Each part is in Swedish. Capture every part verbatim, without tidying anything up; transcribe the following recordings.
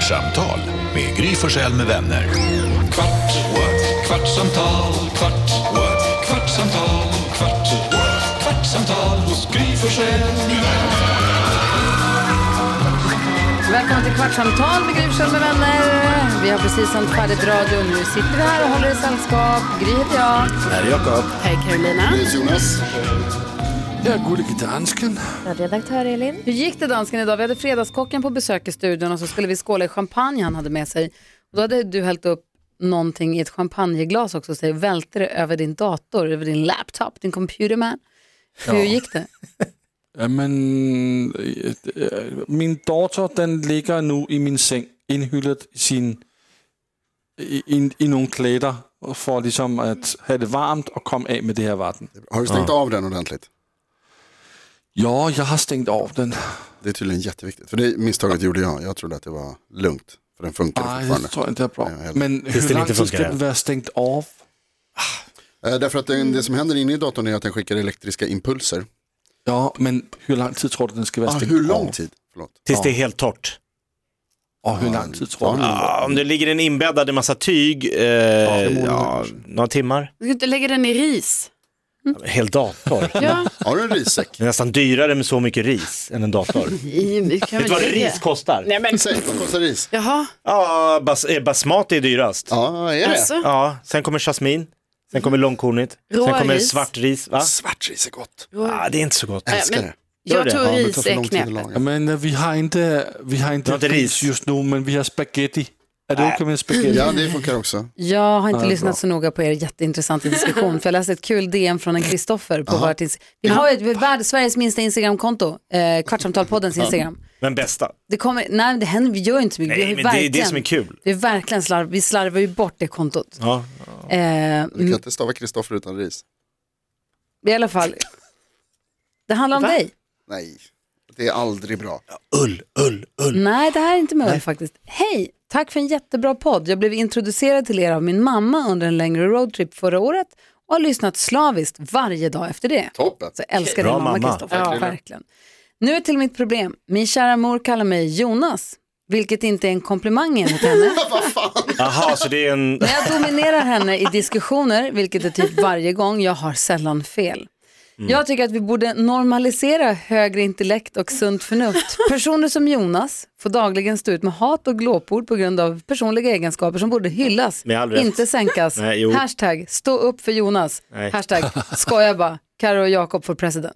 Kvartsamtal med Gry Forssell med vänner. Kvart, what? Kvartsamtal, kvart, what? Kvartsamtal, kvart, what? Kvartsamtal hos Gry Forssell med vänner. Välkommen till Kvartsamtal med Gry Forssell med vänner. Vi har precis sänt färdigt radio. Nu sitter vi här och håller i sällskap. Gry heter jag. Här är Jakob. Hej Carolina. Hej Jonas. Jag är gullig dansken. Jag är redaktör Elin. Hur gick det dansken idag? Vi hade fredagskocken på besök i studion och så skulle vi skåla i champagne han hade med sig. Och då hade du hällt upp någonting i ett champagneglas också och så välte det över din dator, över din laptop, din computerman. Hur Ja. gick det? Ja, men, min dator den ligger nu i min säng inhyllet i, sin, i, i, i några kläder för liksom att ha det varmt och komma av med det här vatten. Har du stängt ja. av den ordentligt? Ja, jag har stängt av den. Det är tydligen jätteviktigt. För det misstaget gjorde jag. Jag trodde att det var lugnt. För den funkar Nej, fortfarande. jag tror inte det är bra. Ja, men hur lång tid ska den vara stängt av? Eh, därför att det, det som händer inne i datorn är att den skickar elektriska impulser. Ja, men hur lång tid tror du den ska vara Ah, stängt hur lång av? tid? Förlåt. Tills Ja. det är helt torrt. Och hur lång tid tror du? Ja, om det ligger en inbäddad i massa tyg, eh, ja, några timmar. Du kan inte lägga den i ris. Hel dator. Ja. Har du en rissäck? Det är nästan dyrare med så mycket ris än en dator. I, vi kan Vet du vad väl lägga- ris kostar? Nej men, Säg, vad kostar ris? jaha. Ja, bas, eh, basmati är dyrast. Ja, är det? Alltså, Ja, sen kommer jasmin. Sen kommer långkornigt. Rå Sen kommer ris. svart ris. Va? Svart ris är gott. Ja, det är inte så gott. Jag älskar men- det. Gör jag det? tror Ja, men det ris tar för är lång tid att knäppet. laga. Ja, men eh, vi har inte, vi har inte Du har inte ris ris just nu, men vi har spaghetti. Är det okej med spaghetti? Ja, det funkar också. Jag har inte Ja, lyssnat bra. så noga på er jätteintressanta diskussion. För jag läste ett kul D M från en Kristoffer på vårt ins- Vi har ju ett värld, Sveriges minsta Instagramkonto, eh, Kvartsamtalpoddens Instagram. Men bästa. Det kommer, nej, det händer, vi gör ju inte så mycket. Vi har Nej, ju men det är verkligen- det som är kul. Vi är verkligen slarv, vi slarvar ju bort det kontot. Ja. Eh, Du kan m- inte stava Kristoffer utan ris. I alla fall, det handlar om Va? dig. Nej, det är aldrig bra. Ull, ull, ull. Nej, det här är inte möjligt faktiskt. Hej, tack för en jättebra podd. Jag blev introducerad till er av min mamma under en längre roadtrip förra året och har lyssnat slaviskt varje dag efter det. Toppen. Så jag älskar Bra din mamma, mamma. Kristoffer. Ja. Ja, verkligen. Nu är till mitt problem. Min kära mor kallar mig Jonas, vilket inte är en komplimang enligt henne. Vad fan? Jaha, så det är en... När jag dominerar henne i diskussioner, vilket är typ varje gång, jag har sällan fel. Jag tycker att vi borde normalisera högre intellekt och sunt förnuft. Personer som Jonas får dagligen stå ut med hat och glåpord på grund av personliga egenskaper som borde hyllas, Med all rätt. inte sänkas. Nej, jo. Hashtag stå upp för Jonas. Nej. Hashtag skoja bara. Karo och Jakob för president.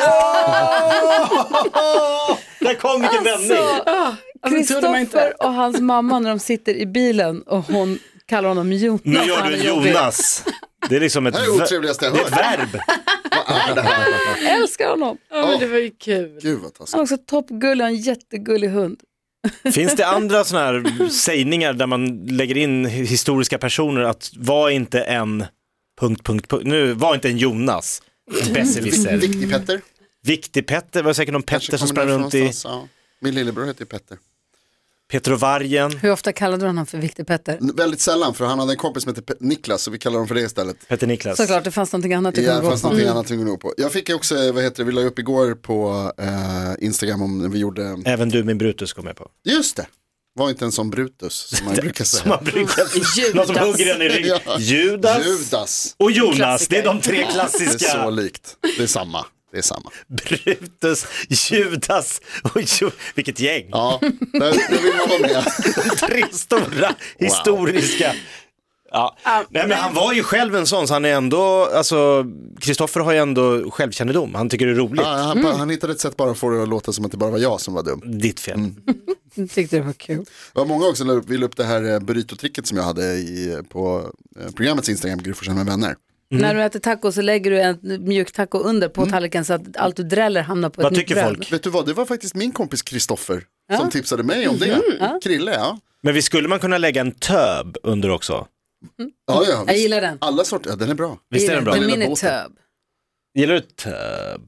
Där kom vilken vändning. Kristoffer och hans mamma när de sitter i bilen och hon kallar honom Jonas. Nu gör Han du är en jobbig. Jonas. Det är liksom ett, Det här är ver- otrevligaste jag det är ett hört. verb. Vad är det här? Jag älskar honom. Ja, men det var ju kul. Gud vad Han är taskigt. också toppgullig och en jättegullig hund. Finns det andra sådana här sägningar där man lägger in historiska personer att var inte en... Punkt, punkt, punkt. Nu var inte en Jonas. Besserwisser. Viktig Petter. Viktig Petter. Det var säkert någon Kanske Petter som kommer sprang runt i någonstans, ja. Min lillebror heter ju Petter. Peter och Vargen. Hur ofta kallade du honom för Viktig Petter? N- Väldigt sällan, för han hade en kompis som heter Pe- Niklas, så vi kallar dem för det istället. Peter Niklas. Såklart, det fanns någonting annat du Ja, kunde gå fast på. någonting annat vi går nog på. Jag fick också, vad heter det, vi la upp igår på eh, Instagram om när vi gjorde, Även du min Brutus kom med på. just det, var inte en sån Brutus som man brukar Som säga. man brukar, någon som hugger den i ryggen. Ja. Judas, Judas. och Jonas, det är de tre Det är så klassiska. likt, det är samma, det är samma. Brutus, Judas och jo, vilket gäng. Ja, där, där vill man vara med. Tre stora historiska. Ja. Nej, men han var ju själv en sån, så han är ändå, alltså, Kristoffer har ju ändå självkännedom. Han tycker det är roligt. Ja, han, han hittade ett sätt bara för det att låta som att det bara var jag som var dum. Ditt fel. Jag tyckte det var kul. Det var många också som ville upp det här eh, burrito-tricket som jag hade i, på eh, programmets Instagram, Gry Forssell med vänner. När du äter taco så lägger du en mjuk taco under på tallriken så att allt du dräller hamnar på Vad ett nytt tycker bröd. folk? Vet du vad, det var faktiskt min kompis Kristoffer som tipsade mig om det. Krille, ja. Men vi skulle man kunna lägga en töb under också? Ja, ja, Jag visst. gillar den. Alla sorter, ja den är bra. Visst är den bra? The Lilla Minitöb. Gillar du töb?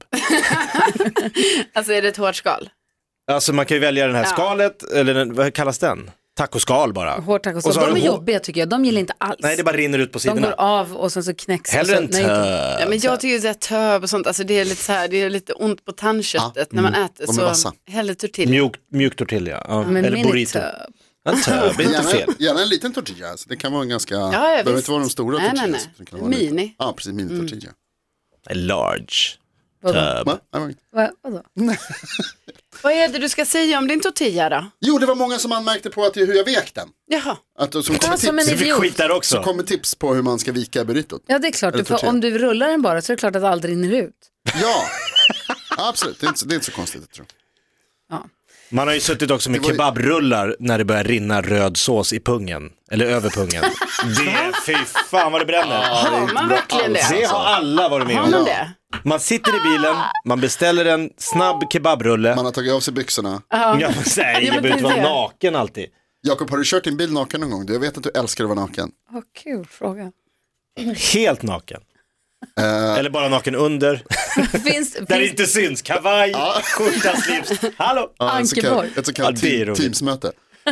Alltså är det ett hårt skal? Alltså man kan ju välja den här Ja. skalet, eller den, vad kallas den? Tacoskal bara. Hårt taco. Och så Så har de du är hår- jobbiga tycker jag. De gillar inte alls. Nej, det bara rinner ut på De sidorna. går av och sen så knäcks. Hellre och en så, nej, inte- töb. Ja, men jag tycker ju att töb och sånt, alltså det är lite så här, det är lite ont på tandköttet när man äter, de är så vassa. hellre tortilla. Mjuk, mjuk tortilla, ja. Men Eller burrito. minitöb. En töb, inte fel. Gärna, gärna en liten tortilla, så det kan vara en ganska, ja, behöver visst. inte vara de stora Nej, tortillas. nej, nej. Det kan vara Mini. lite- Ja, precis, mini tortilla. En large Vadå? töb. Va? Ja, men- Va, vadå? Vad är det du ska säga om din tortilla då? Jo, det var många som anmärkte på att det är hur jag vek den. Jaha. Att, som kommer Ja, som en tips, Du fick idiot. skit där så också. kommer tips på hur man ska vika burritot. Ja, det är klart. Eller Du får, tortilla. om du rullar den bara så är det klart att allt rinner ut. Ja, absolut. Det är, inte, så- det är inte så konstigt, jag tror. Man har ju suttit också med Det var ju- kebabrullar när det börjar rinna röd sås i pungen. Eller över pungen. Det, fy fan vad det bränner. Har man verkligen det? Det har alla varit med Har om. man det? Man sitter i bilen, man beställer en snabb kebabrulle. Man har tagit av sig byxorna. Ja, men säg, Ja, jag men behöver inte det är vara det. naken alltid. Jakob, har du kört din bil naken någon gång? Jag vet att du älskar att vara naken. Vad kul fråga. Helt naken. Eh, Eller bara naken under. Finns, Där det finns inte syns. Kavaj, skjorta, slips. Hallå? ja, ett så kallat, Ankeborg. ett så kallat Ja, det är team, roligt. teamsmöte.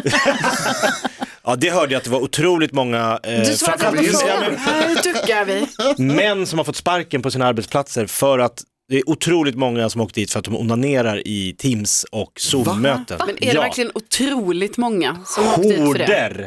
Ja, det hörde jag att det var otroligt många eh, Du svarade framförallt på ja, frågan. men, Här duckar vi. män som har fått sparken på sina arbetsplatser för att det är otroligt många som åkt dit för att de onanerar i Teams och Zoom-möten. Men är det verkligen otroligt många som har åkt dit för det? Horder!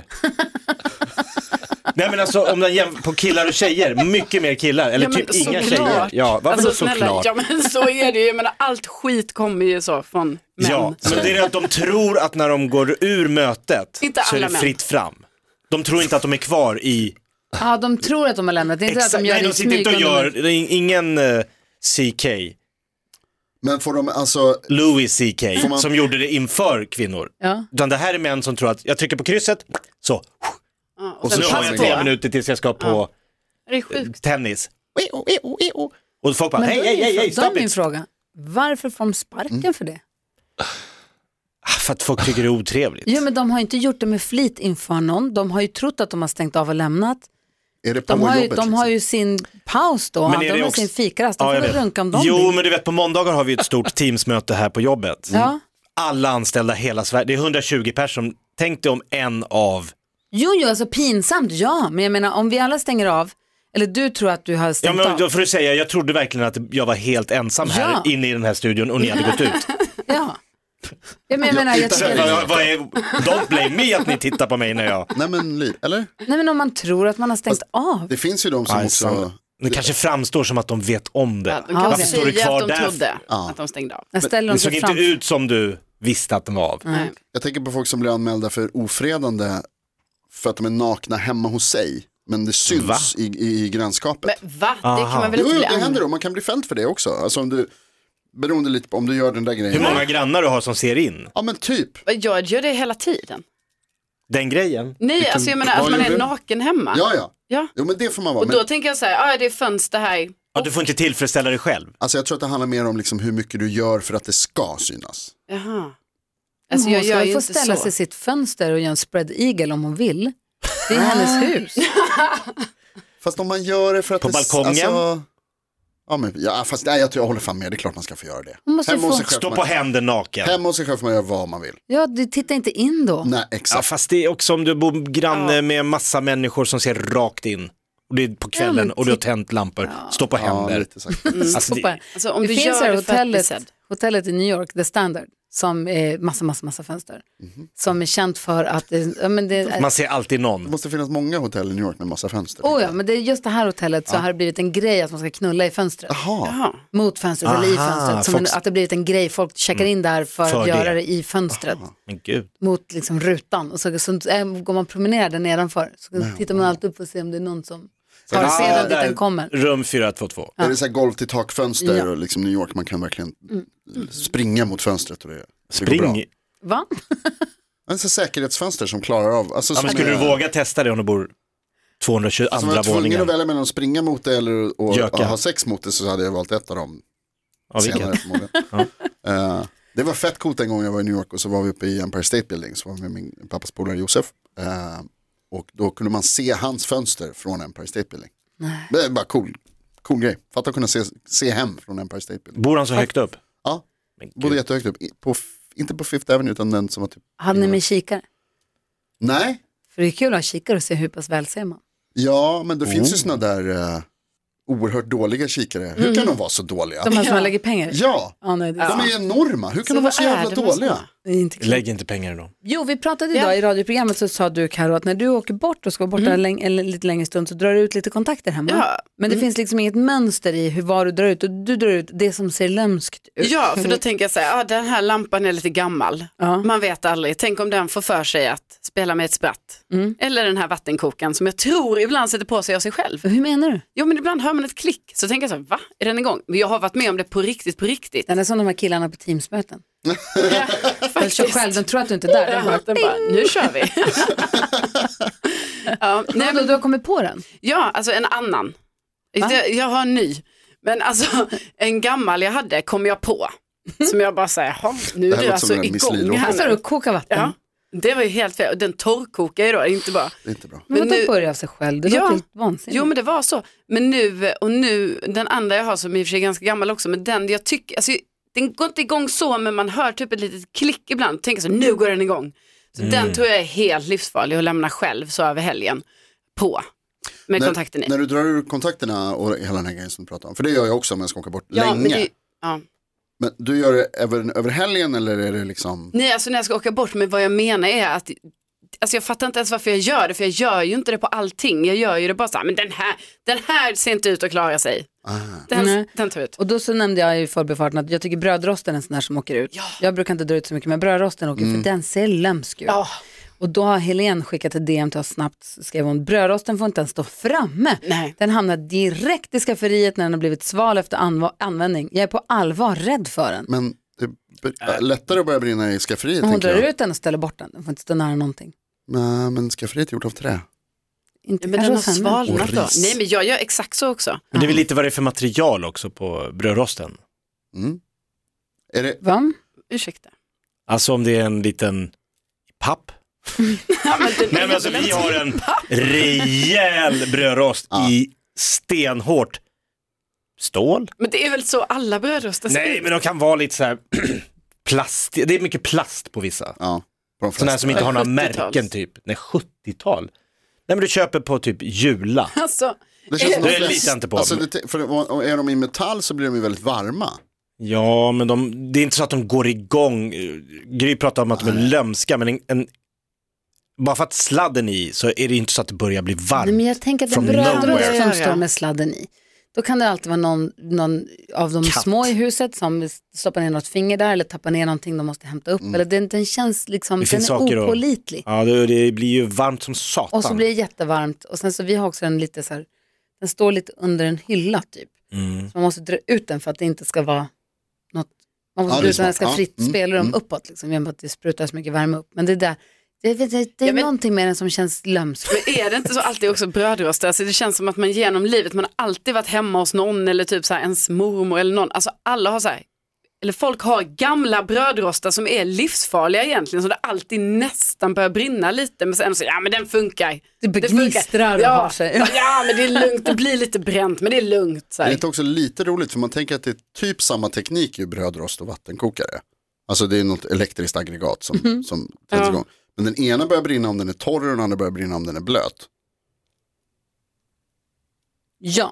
Nej men alltså om man jämför på killar och tjejer, mycket mer killar, eller Ja, men typ inga såklart. tjejer. Ja, varför Alltså, då snälla, såklart? ja men så är det ju, jag menar, allt skit kommer ju så från män. Ja, men det är att de tror att när de går ur mötet Inte så är det alla män. fritt fram. De tror inte att de är kvar i... Ja, de tror att de har lämnat. Det är inte Exakt, att de gör nej, det i de sitter inte och smyg. gör, det är ingen uh, C K, Men får de alltså, Louis C K, Får man- som gjorde det inför kvinnor. Ja. Utan det här är män som tror att jag trycker på krysset, så. Ja, och Och sen Nu så har kör jag man tre igång. minuter tills jag ska på det är sjukt. tennis. Och folk bara, Men hej, då är hej, min hej, frå- hej, då är stopp min it. fråga. Varför får de sparken för det? För att folk tycker det är otrevligt. Jo, men de har ju inte gjort det med flit inför någon. De har ju trott att de har stängt av och lämnat. är det på De har ju, jobbet? de har ju sin paus då. Men är Andra det har också- sin fikarast. De Ja, får jag väl vet. runka om de Jo, vill. men du vet på måndagar har vi ett stort teamsmöte här på jobbet. Ja. Alla anställda hela Sverige, det är hundratjugo personer. Tänk dig om en av, Jo, jo, alltså pinsamt, ja. Men jag menar, om vi alla stänger av, eller du tror att du har ja stängt men av. då får du säga, jag trodde verkligen att jag var helt ensam här Ja. inne i den här studion och ni hade gått ut. Ja. Ja, men jag menar, jag Så, tycker, vad, vad är, don't blame me att ni tittar på mig när jag... Nej men, Liv, eller? nej, men om man tror att man har stängt av. Det finns ju de som Nej, också... sant. Det kanske framstår som att de vet om det. Ja, de Ja, kan okej. säga Står du kvar att de där? trodde Ja. att de stängde av. Jag ställer Det dem såg sig inte framför. ut som du visste att den var av. Nej. Jag tänker på folk som blir anmälda för ofredande för att de är nakna hemma hos sig. Men det syns Va? i, i, i grannskapet. Men va? Det Aha. kan man väl Jo, inte jo, bli det an- händer då. Man kan bli fälld för det också. Alltså om du, beroende lite på om du gör den där grejen. Hur många grannar du har som ser in? Ja men typ. Jag gör det hela tiden. Den grejen? Nej, Vilken- alltså jag menar vad att man gjorde är du? naken hemma. Ja ja. Ja. Jo men det får man vara. Och Men, då tänker jag så här, ah, det är fönster här. Ja, du får inte tillfredsställa dig själv. alltså jag tror att det handlar mer om liksom hur mycket du gör för att det ska synas. Jaha. Alltså, Alltså jag hon gör ska ju få inte ställa så. sig i sitt fönster och göra en spread eagle om hon vill. Det är hennes hus. Fast om man gör det för att På det... balkongen? Alltså, ja, men, ja fast nej, jag tror jag håller fan med. Det är klart man ska få göra det. Hon måste Hemma få- hos sig själv Stå får på man, händer naken. hemma hos sig själv får man göra vad man vill. Ja, du tittar inte in då. Nej Ja, exakt. fast det är också om du bor granne Ja. med massa människor som ser rakt in. Och det är på Ja, kvällen men och du har titt- tänt lampor. Stå på Ja, händer. lite sagt. Alltså, det, Hoppa. Alltså om Det du finns gör här det för att bli hotellet, sedd. hotellet i New York, The Standard, som är massa, massa, massa fönster. Mhm. Som är känt för att det, ja, men det är, man ser alltid Det någon. måste finnas många hotell i New York med massa fönster. oh ja, men det är just det här hotellet så har det blivit en grej att man ska knulla i fönstret. Jaha. Jaha. Mot fönstret eller i Aha, fönstret. Som folk- en, att det blivit en grej, folk checkar in där för, För att göra det. det i fönstret. Men gud. Mot liksom rutan. Och så, så äh, går man promenerade nedanför. Så tittar man alltid upp och ser om det är någon som tar Ah, sedan dit där. den kommer. Rum fyra två två. Är det så här golv till takfönster Ja. och liksom New York, man kan verkligen springa mot fönstret och det, det går bra. Spring. Va? En sån här säkerhetsfönster som klarar av. Alltså, Ja, men som skulle är- du våga testa det om du bor tvåhundratjugo Alltså, om jag andra var tvungen att våningen? välja mellan att springa mot det eller att Göka. att ha sex mot det så hade jag valt ett av dem Ja, senare vilket? förmodligen. Eh, det var fett coolt en gång jag var i New York och så var vi uppe i Empire State Building, så var vi med min pappas polare Josef. Eh, och då kunde man se hans fönster från Empire State Building. Det är bara cool, cool grej. Fatta att kunna se, se hem från Empire State Building. Bor han så högt upp? Ja, Men gud. bodde jättehögt upp. I- På, f- inte på Fifth Avenue utan den som var typ... Hade ni med kikare? Nej, För det är kul att ha kikare och se hur pass väl ser man. ja men det finns ju Oh. såna där uh, oerhört dåliga kikare. Hur kan de vara så dåliga? De här som man lägger pengar i. Ja, Ja, nej, det är de är enorma. Hur kan de vara så vad är jävla det med dåliga? såna? Inte klokt. Lägg inte pengar i dem. Jo, vi pratade idag Ja. i radioprogrammet, så sa du, Karo, att när du åker bort och ska vara borta Mm. läng- en lite längre stund så drar du ut lite kontakter hemma. Ja. Men det Mm. finns liksom inget mönster i hur var du drar ut, och du drar ut det som ser lömskt ut. Ja, för då tänker jag så här, ah, den här lampan är lite gammal. Ja. Man vet aldrig. Tänk om den får för sig att spela med ett spratt. Mm. Eller den här vattenkokaren som jag tror ibland sätter på sig av sig själv. Hur menar du? Jo, men ibland hör man ett klick. Så tänker jag så här, va? Är den igång? Men jag har varit med om det på riktigt, på riktigt. Den är som de här killarna på Teamsmöten. Ja, Den kör faktiskt. själv, den tror att du inte är där. Den bara, Den bara, nu kör vi. ja, nej, nej, men, du har kommit på den. ja, alltså en annan. Va? Jag, jag har en ny. Men alltså en gammal jag hade kom jag på. Som jag bara säger, jaha, nu Det är här du låter alltså som en igång misslidrock. här Här står du nu. och kokar vatten. Ja, det var ju helt fel. Och den torrkokar ju då, inte bara. Det är inte bra. Men Men vadå nu- börja av sig själv? Det Ja. låter helt vansinnigt. Jo, men det var så. Men nu, och nu, den andra jag har som i och för sig är ganska gammal också, men den jag tycker, alltså den går inte igång så, men man hör typ ett litet klick ibland. Tänker så, nu går den igång. Så den tror jag är helt livsfarlig att lämna själv så över helgen på. Med När, kontakten i. när du drar ur kontakterna och hela den här grejen som du pratar om, för det gör jag också om jag ska åka bort Ja, länge. men det, ja. Men du gör det över, över helgen eller är det liksom... Nej, alltså när jag ska åka bort, men vad jag menar är att alltså jag fattar inte ens varför jag gör det, för jag gör ju inte det på allting. Jag gör ju det bara så här, men den här, den här ser inte ut att klara sig. Ah. Den, Nej. den tar ut. Och då så nämnde jag i förbifarten att jag tycker brödrosten är en sån här som åker ut. Ja. Jag brukar inte dra ut så mycket, men brödrosten åker för den ser lömsk ut. Ja, Och då har Helene skickat ett D M till oss snabbt, skrev hon, brödrosten får inte ens stå framme. nej. Den hamnar direkt i skafferiet när den har blivit sval efter anv- användning. Jag är på allvar rädd för den. Men det är lättare att börja brinna i skafferiet, Hon tänker drar jag. ut den och ställer bort den. Den får inte stå nära någonting. Men, men skafferiet är gjort av trä. Inte Men den har kanske hos henne. svalnat Och då. ris. Nej, men jag gör exakt så också. Men det är väl lite vad det är för material också på brödrosten. Mm. Är det, Va? Ursäkta. Alltså om det är en liten papp. Ja, men den, Nej men alltså vi har en rejäl brödrost Ja. i stenhårt stål. men det är väl så alla brödrostar ser Nej ut. men de kan vara lite så här plast. Det är mycket plast på vissa. ja, på de Sådana här flesta. som inte har några sjuttio-tals. märken typ. Nej sjuttiotal. Nej men du köper på typ Jula. Alltså, Det känns som de Det flesta- litar jag inte på. Alltså det, för och är de i metall så blir de ju väldigt varma. Ja men de, det är inte så att de går igång. Gry pratar om att de är lömska men en, en bara för att sladden i så är det inte så att det börjar bli varmt. Nej, men jag tänker att en From brödrost nowhere. som Ja, ja. står med sladden i. Då kan det alltid vara någon, någon av de Katt. små i huset som stoppar ner något finger där eller tappar ner någonting de måste hämta upp. Eller den, den känns liksom, Det den finns är saker att- opålitlig. Ja det, det blir ju varmt som satan. Och så blir det jättevarmt. Och sen så vi har också en lite så här, den står lite under en hylla typ. Mm. Så man måste dra ut den för att det inte ska vara något, man måste Ja, dra det är ut den, den ska smart. Ja, fritt mm, spela dem mm. uppåt liksom, genom att det sprutar så mycket värme upp. Men det där, det, det, det, det är Ja, men- någonting med den som känns lömskt. men är det inte så alltid också brödrost? Alltså det känns som att man genom livet, man har alltid varit hemma hos någon eller typ så här ens mormor eller någon. Alltså alla har så här, eller folk har gamla brödrostar som är livsfarliga egentligen, så det alltid nästan börjar brinna lite, men sen så, ja men den funkar. Det funkar. gnistrar och ja, har sig. ja men det är lugnt, det blir lite bränt men det är lugnt. Så Det är här. inte också lite roligt för man tänker att det är typ samma teknik i brödrost och vattenkokare. Alltså det är något elektriskt aggregat som, Mhm. som tänds Ja. igång. Men den ena börjar brinna om den är torr och den andra börjar brinna om den är blöt. Ja.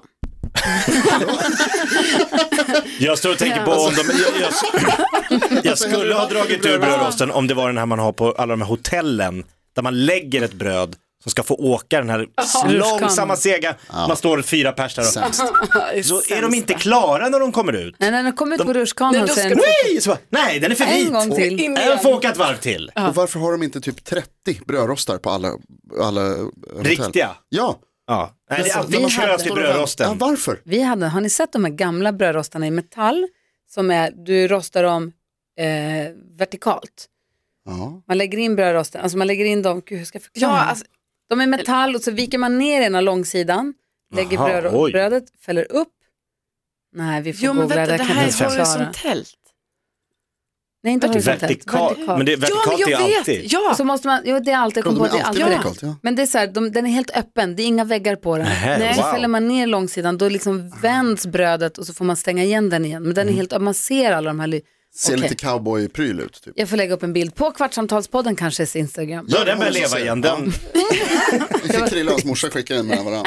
Jag står och tänker på om de, jag, jag, jag skulle ha dragit ur brödrosten om det var den här man har på alla de här hotellen där man lägger ett bröd som ska få åka den här långsamma sega, man står fyra pers där och, Sämst. Det är så är sämst. de inte klara när de kommer ut. Nej, när den kommer ut på Nej, rutschkanan då så är ska den Nej, så bara, nej den är för vit. en gång till. In Jag igen. får åka ett varv till. Och varför har de inte typ trettio brödrostar på alla, alla hotell? Riktiga. Ja. Ja. Nej, det är alltid Vi något hade- köst i Ja, brödrosten. varför? Vi hade, har ni sett de här gamla brödrostarna i metall som är, du rostar dem eh, vertikalt. Ja. Man lägger in brödrosten, alltså man lägger in dem, gud hur ska jag förklara? Ja, alltså, De är metall och så viker man ner ena långsidan, lägger Aha, bröd, oj. brödet, fäller upp. Nej, vi får jo men googla, vänta, det det kan här inte är förklara. horisontellt. Nej, inte horisontellt. Vertikal, Vertikalt. men det är Ja, vertikalt men är jag vet. alltid. Ja. Och så måste man, jo det är alltid, jag kom Ja, på de att det är är alltid alltid vertikalt, ja. Men det är så här, de, den är helt öppen, det är inga väggar på den. Nähä, Nej, så wow. fäller man ner långsidan, då liksom vänds brödet och så får man stänga igen den igen. Men den är helt öppen, man ser alla de här. ly- Ser Okej. lite cowboy-pryl ut typ. Jag får lägga upp en bild på Kvartsamtalspodden, kanske Instagram. Ja, den börjar leva igen. Den, Krille och hans morsa skickar den med varandra.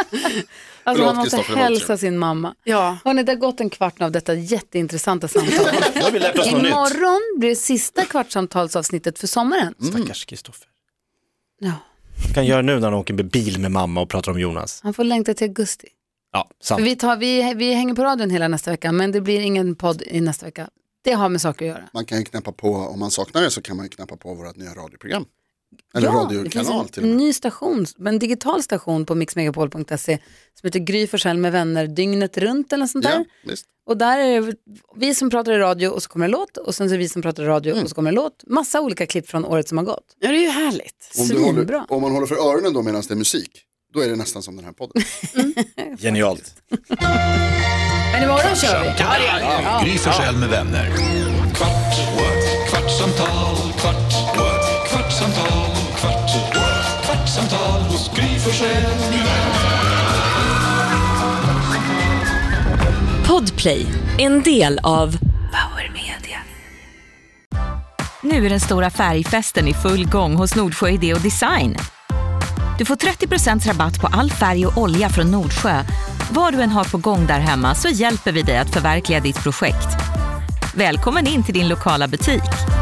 Alltså Förlåt, man måste Kristoffer, hälsa sin mamma. Ja. Hörrni, det har gått en kvart av detta jätteintressanta samtal. Nu har vi lärt oss något nytt. Imorgon blir det sista kvartsamtalsavsnittet för sommaren. Stackars Kristoffer. Ja. Vad kan göra nu när han åker med bil med mamma och pratar om Jonas? Han får längta till augusti. Ja, sant. För vi, tar, vi, vi hänger på radion hela nästa vecka, men det blir ingen podd i nästa vecka. Det har med saker att göra. Man kan ju knäppa på, om man saknar det så kan man ju knäppa på vårt nya radioprogram. Eller Ja, det finns radiokanal en till och med. ny station, en digital station på mixmegapol punkt se som heter Gry Forssell med vänner dygnet runt eller sånt där. Ja, visst. Och där är det vi som pratar i radio och så kommer en låt och sen så är det vi som pratar i radio Mm. och så kommer en låt. Massa olika klipp från året som har gått. Ja, det är ju härligt. Om, du Svinbra. håller, om man håller för öronen då medan det är musik, då är det nästan som den här podden. Genialt. Men imorgon kör vi. Med Gry Forssell med vänner. Kvart, what? Kvartsamtal, kvart, what? Kvartsamtal, kvart, what? Kvartsamtal hos Gry Forssell med vänner. Podplay, en del av Power Media. Nu är den stora färgfesten i full gång hos Nordsjö Idé och Design. Du får trettio procent rabatt på all färg och olja från Nordsjö. Vad du än har på gång där hemma så hjälper vi dig att förverkliga ditt projekt. Välkommen in till din lokala butik.